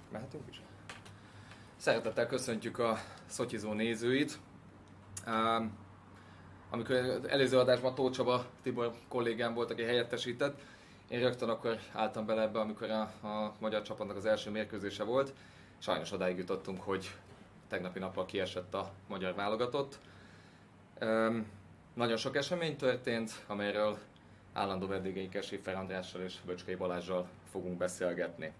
Mehetünk is? Szeretettel köszöntjük a Szotyizó nézőit. Amikor előző adásban Tóth Csaba Tibor kollégám volt, aki helyettesített, én rögtön akkor álltam bele ebbe, amikor a magyar csapatnak az első mérkőzése volt. Sajnos odáig jutottunk, hogy tegnapi nappal kiesett a magyar válogatott. Nagyon sok esemény történt, amelyről állandó vendégeink Schiffer Andrással és Böcskei Balázssal fogunk beszélgetni.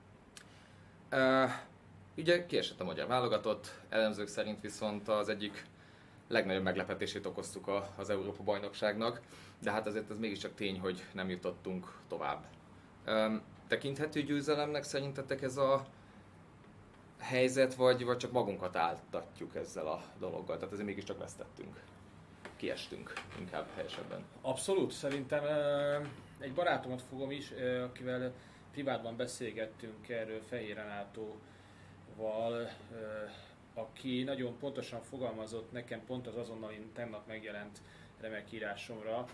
Ugye kiesett a magyar válogatott, elemzők szerint viszont az egyik legnagyobb meglepetését okoztuk az Európa-bajnokságnak, de hát azért ez mégiscsak tény, hogy nem jutottunk tovább. Tekinthető győzelemnek szerintetek ez a helyzet, vagy csak magunkat áltatjuk ezzel a dologgal? Tehát azért mégiscsak vesztettünk. Kiestünk, inkább helyesebben. Abszolút, szerintem egy barátomat fogom is, akivel privátban beszélgettünk erről, Fehér Renátóval, aki nagyon pontosan fogalmazott nekem pont az azonnal tegnap megjelent remek írásomra,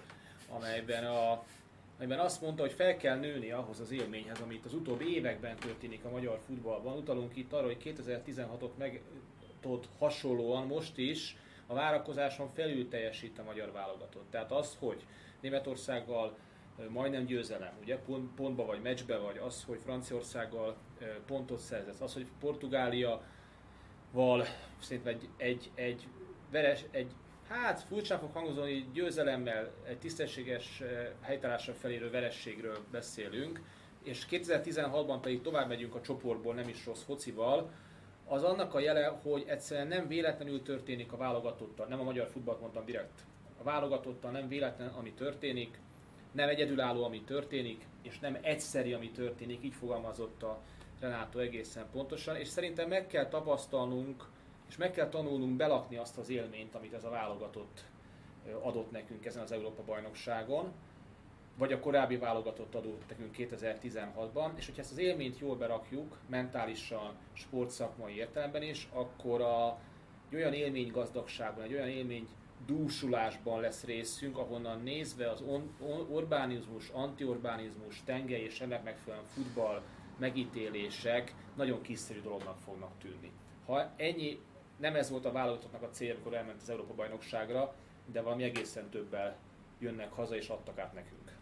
amelyben azt mondta, hogy fel kell nőni ahhoz az élményhez, amit az utóbbi években történik a magyar futballban. Utalunk itt arra, hogy 2016-ot megtott hasonlóan most is a várakozáson felül teljesít a magyar válogatott. Tehát az, hogy Németországgal majdnem győzelem, ugye pontba vagy meccsbe vagy, az, hogy Franciaországgal pontot szerzett, az, hogy Portugáliaval szerintem egy furcsán fog hangozni, győzelemmel, egy tisztességes helytállással felérő verességről beszélünk, és 2016-ban pedig tovább megyünk a csoportból nem is rossz focival, az annak a jele, hogy egyszerűen nem véletlenül történik a válogatottal, nem a magyar futballt mondtam direkt, a válogatottal nem véletlen, ami történik, nem egyedülálló, ami történik, és nem egyszeri, ami történik, így fogalmazott a Renátó egészen pontosan, és szerintem meg kell tapasztalnunk, és meg kell tanulnunk belakni azt az élményt, amit ez a válogatott adott nekünk ezen az Európa-bajnokságon, vagy a korábbi válogatott adott nekünk 2016-ban, és hogyha ezt az élményt jól berakjuk, mentálisan, sportszakmai értelemben is, akkor egy olyan élménygazdagságban, egy olyan élmény dúsulásban lesz részünk, ahonnan nézve az Orbánizmus, anti-Orbánizmus, tengely és ennek megfelelően futball megítélések nagyon kiszerű dolognak fognak tűnni. Ha ennyi, nem ez volt a válogatottnak a célja, amikor elment az Európa-bajnokságra, de valami egészen többel jönnek haza és adtak át nekünk.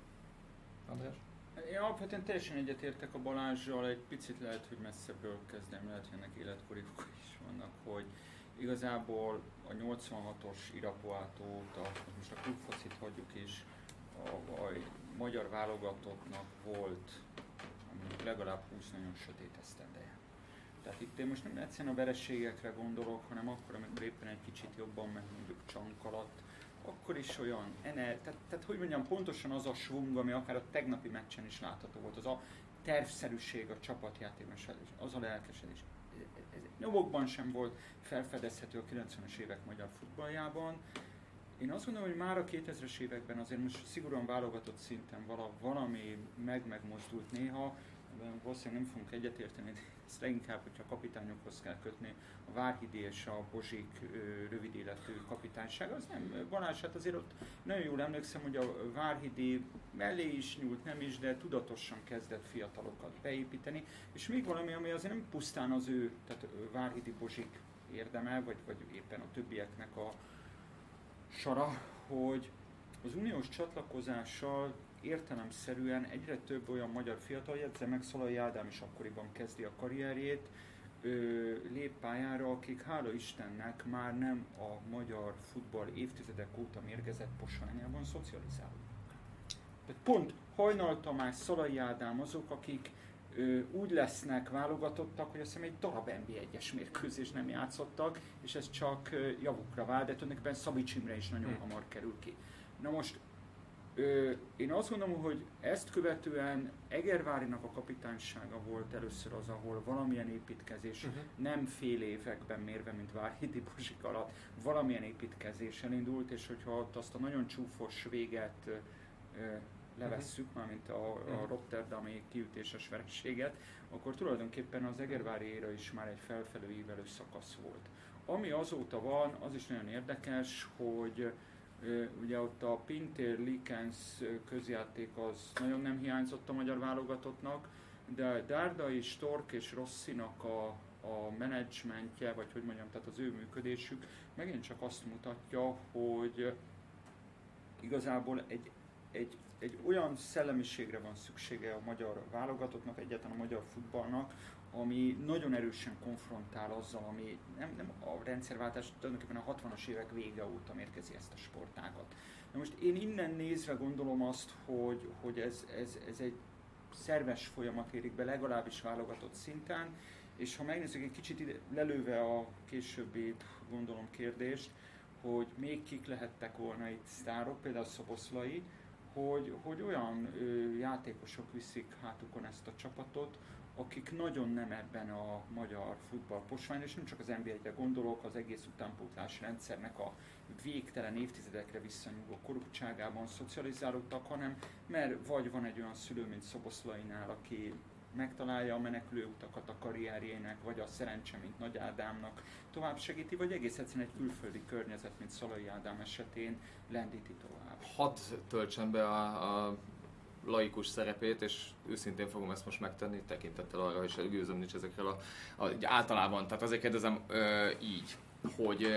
András? Én alapvetően teljesen egyetértek a Balázsral, egy picit lehet, hogy messzebbről kezdem, lehet, hogy ennek életkori okai is vannak, hogy igazából a 86-os Irapuato óta, most a klubfocit hagyjuk is, a magyar válogatottnak volt legalább 20 nagyon sötét esztendeje. Tehát itt én most nem egyszerűen a vereségekre gondolok, hanem akkor, amikor éppen egy kicsit jobban meg mondjuk csank alatt, akkor is olyan, tehát hogy mondjam, pontosan az a svung, ami akár a tegnapi meccsen is látható volt, az a tervszerűség a csapatjátékban, az a lelkesedés. Ez nyomokban sem volt felfedezhető a 90-es évek magyar futballjában. Én azt gondolom, hogy már a 2000-es években azért most szigorúan válogatott szinten valami megmozdult néha, valószínűleg nem fogunk egyetérteni, de ezt leginkább, hogyha kapitányokhoz kell kötni, a Várhidi és a Bozsik rövid életű kapitányság, az nem Balázs, hát azért ott nagyon jól emlékszem, hogy a Várhidi mellé is nyúlt, nem is, de tudatosan kezdett fiatalokat beépíteni, és még valami, ami azért nem pusztán az ő, tehát Várhidi Bozsik érdeme, vagy éppen a többieknek a sara, hogy az uniós csatlakozással értelemszerűen egyre több olyan magyar fiatal, jegyzem meg, Szalai Ádám is akkoriban kezdi a karrierjét, lép pályára, akik hála Istennek már nem a magyar futball évtizedek óta mérgezett posványában szocializálódnak. Tehát pont Hajnal Tamás, Szalai Ádám azok, akik úgy lesznek válogatottak, hogy azt hiszem egy darab NB1-es mérkőzés nem játszottak, és ez csak javukra vált, de tulajdonképpen Szabics Imre is nagyon hamar kerül ki. Na most én azt gondolom, hogy ezt követően Egervárinak a kapitánysága volt először az, ahol valamilyen építkezés, nem fél években mérve, mint Várhidi Bozsik alatt, valamilyen építkezés elindult, és hogyha ott azt a nagyon csúfos véget levesszük, mármint a rotterdami kiütéses vereséget, akkor tulajdonképpen az Egervári éra is már egy felfelő ívelő szakasz volt. Ami azóta van, az is nagyon érdekes, hogy ugye ott a Pintér-Likens közjáték az nagyon nem hiányzott a magyar válogatottnak, de Dárdai, Stork és Rossinak a menedzsmentje, vagy hogy mondjam, tehát az ő működésük megint csak azt mutatja, hogy igazából egy olyan szellemiségre van szüksége a magyar válogatottnak, egyáltalán a magyar futballnak, ami nagyon erősen konfrontál azzal, ami nem a rendszerváltás, tulajdonképpen a 60-as évek vége óta mérgezi ezt a sportágat. Na most én innen nézve gondolom azt, hogy ez egy szerves folyamat érik be, legalábbis válogatott szinten, és ha megnézzük egy kicsit lelőve a későbbi, gondolom, kérdést, hogy még kik lehettek volna itt sztárok, például Szoboszlai, hogy olyan játékosok viszik hátukon ezt a csapatot, akik nagyon nem ebben a magyar futball posványban, és nem csak az NBA-re gondolok, az egész utánpótlás rendszernek a végtelen évtizedekre visszanyúló korruptságában szocializálódtak, hanem mert vagy van egy olyan szülő, mint Szoboszlainál, aki megtalálja a menekülő utakat a karrierjének, vagy a szerencse, mint Nagy Ádámnak tovább segíti, vagy egész egyszerűen egy külföldi környezet, mint Szalai Ádám esetén lendíti tovább. Hadd töltsem be a laikus szerepét, és őszintén fogom ezt most megtenni, tekintettel arra, hogy gőzöm nincs ezekről általában. Tehát azért kérdezem így, hogy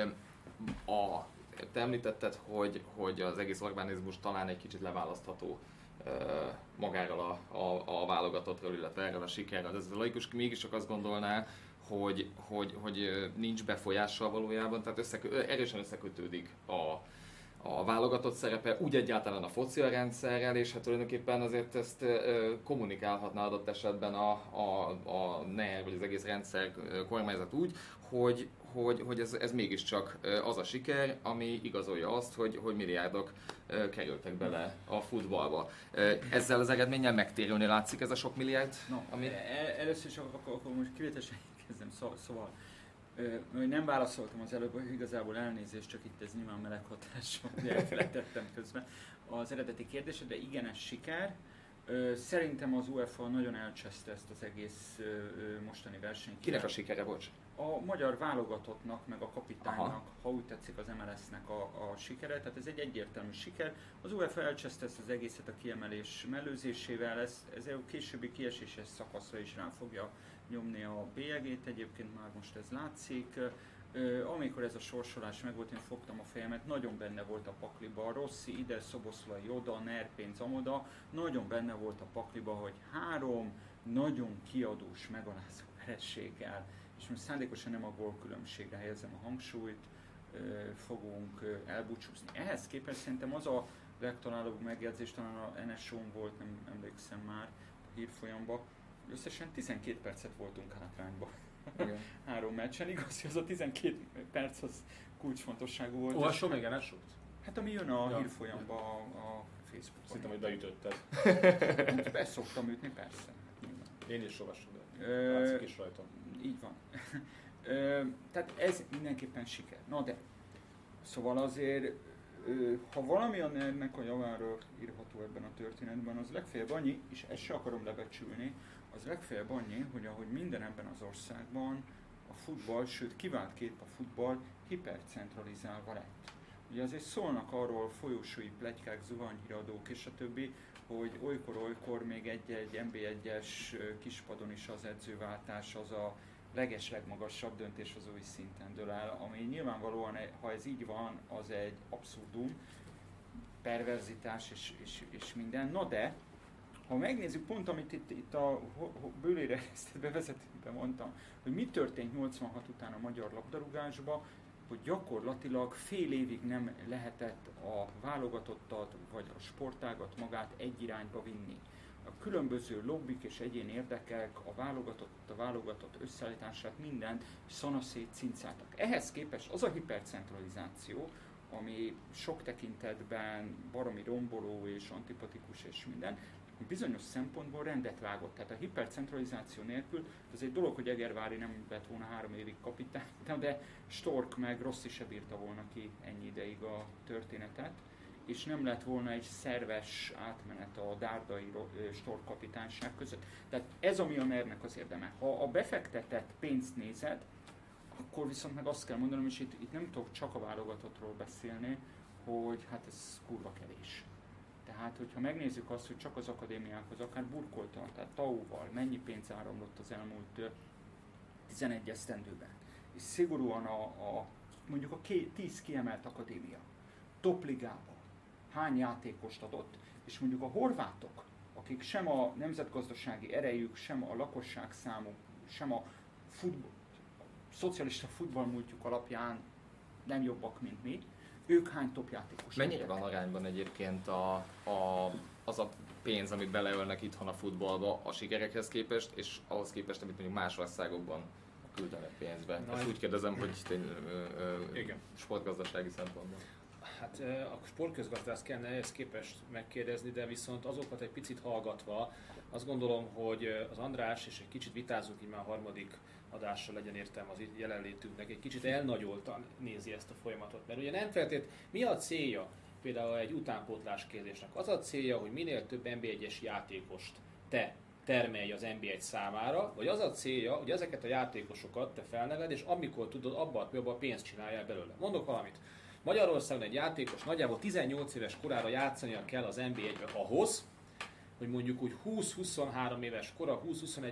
te említetted, hogy az egész Orbánizmus talán egy kicsit leválasztható magáról a válogatottról, illetve erről a sikerről. De ez a laikus mégiscsak azt gondolná, hogy nincs befolyással valójában, tehát erősen összekötődik a válogatott szerepe, úgy egyáltalán a foci rendszerrel, és hát tulajdonképpen azért ezt kommunikálhatná adott esetben a NER, vagy az egész rendszer kormányzat úgy, hogy ez mégiscsak az a siker, ami igazolja azt, hogy milliárdok kerültek bele a futballba. Ezzel az eredménnyel megtérülni látszik ez a sok milliárd? No, először is akkor most kivételesen kezdem, szóval nem válaszoltam az előbb, hogy igazából elnézést, csak itt ez nyilván meleg hatásom, de elfelejtettem közben az eredeti kérdésre, de igen, ez siker. Szerintem az UEFA nagyon elcseszte ezt az egész mostani versenyt. Kinek a sikere, bocs? A magyar válogatottnak, meg a kapitánynak, ha úgy tetszik, az MLS-nek a sikere, tehát ez egy egyértelmű siker. Az UEFA elcseszte ezt az egészet a kiemelés mellőzésével, ez a későbbi kieséses szakaszra is rá fogja nyomni a bélyegét, egyébként már most ez látszik. Amikor ez a sorsolás megvolt, én fogtam a fejemet, nagyon benne volt a pakliba, Rossi ide, Szoboszlai oda, NER pénz amoda, nagyon benne volt a pakliba, hogy 3 nagyon kiadós, megalázó vereséggel, és most szándékosan nem a gólkülönbségre helyezem a hangsúlyt, fogunk elbúcsúzni. Ehhez képest szerintem az a legtalálóbb megjegyzés, talán a NSO-n volt, nem emlékszem már a hírfolyamban, összesen 12 percet voltunk hátrányban. 3 meccsen, igaz, hogy az a 12 perc az kulcsfontosságú volt. Olvasom még NSO-t? Hát ami jön a hírfolyamba a Facebookon. Szerintem, hogy beütötted. Hát be szoktam ütni, persze. Én is olvasom, de látszik is rajtam. Így van. Tehát ez mindenképpen siker. Na de, szóval azért, ha valami ennek a javára írható ebben a történetben, az legfeljebb annyi, és ezt se akarom lebecsülni, az legfeljebb annyi, hogy ahogy minden ebben az országban a futball, sőt kivált kép a futball hipercentralizálva lett. Ugye azért szólnak arról folyósói pletykák, zuhanyhíradók és a többi, hogy olykor még egy NB1-es kispadon is az edzőváltás az a legeslegmagasabb döntéshozói szinten dől el, ami nyilvánvalóan, ha ez így van, az egy abszurdum, perverzitás és minden. No de, ha megnézzük pont, amit itt a bőlére bevezetőben mondtam, hogy mi történt 86 után a magyar labdarúgásban, hogy gyakorlatilag fél évig nem lehetett a válogatottat vagy a sportágat magát egy irányba vinni. A különböző lobbik és egyén érdekek, a válogatott összeállítását, mindent szanaszét cincáltak. Ehhez képest az a hipercentralizáció, ami sok tekintetben baromi romboló és antipatikus és minden, bizonyos szempontból rendet vágott. Tehát a hipercentralizáció nélkül az egy dolog, hogy Egervári nem lett volna 3 évig kapitány, de Stork meg Rossi se bírta volna ki ennyi ideig a történetet, és nem lett volna egy szerves átmenet a Dárdai Stork kapitányság között. Tehát ez ami a NER-nek az érdeme. Ha a befektetett pénzt nézed, akkor viszont meg azt kell mondanom, és itt nem tudok csak a válogatottról beszélni, hogy hát ez kurva kevés. Tehát, hogyha megnézzük azt, hogy csak az akadémiákhoz, akár burkoltan, tehát TAU-val mennyi pénz áramlott az elmúlt 11 esztendőben, és szigorúan mondjuk a 10 kiemelt akadémia top ligában hány játékost adott, és mondjuk a horvátok, akik sem a nemzetgazdasági erejük, sem a lakosság számuk, sem a szocialista futballmúltjuk alapján nem jobbak, mint mi, ők hány top játékos? Mennyire van arányban egyébként az a pénz, amit beleölnek itthon a futballba a sikerekhez képest, és ahhoz képest, amit mondjuk más országokban küldenek pénzbe? Ezt úgy kérdezem, hogy sportgazdasági szempontból. Hát a sportközgazdász kellene ehhez képest megkérdezni, de viszont azokat egy picit hallgatva, azt gondolom, hogy az András, és egy kicsit vitázunk így már a harmadik adásra legyen értelme az jelenlétünknek, egy kicsit elnagyoltan nézi ezt a folyamatot. Mert ugye nem feltétlenül, mi a célja például egy utánpótlás kérdésnek? Az a célja, hogy minél több NB1-es játékost te termelj az NB1 számára, vagy az a célja, hogy ezeket a játékosokat te felneved, és amikor tudod, abban a pénzt csináljál belőle. Mondok valamit. Magyarországon egy játékos nagyjából 18 éves korára játszania kell az NB1-be ahhoz, hogy mondjuk úgy 20-23 éves kora, 20-21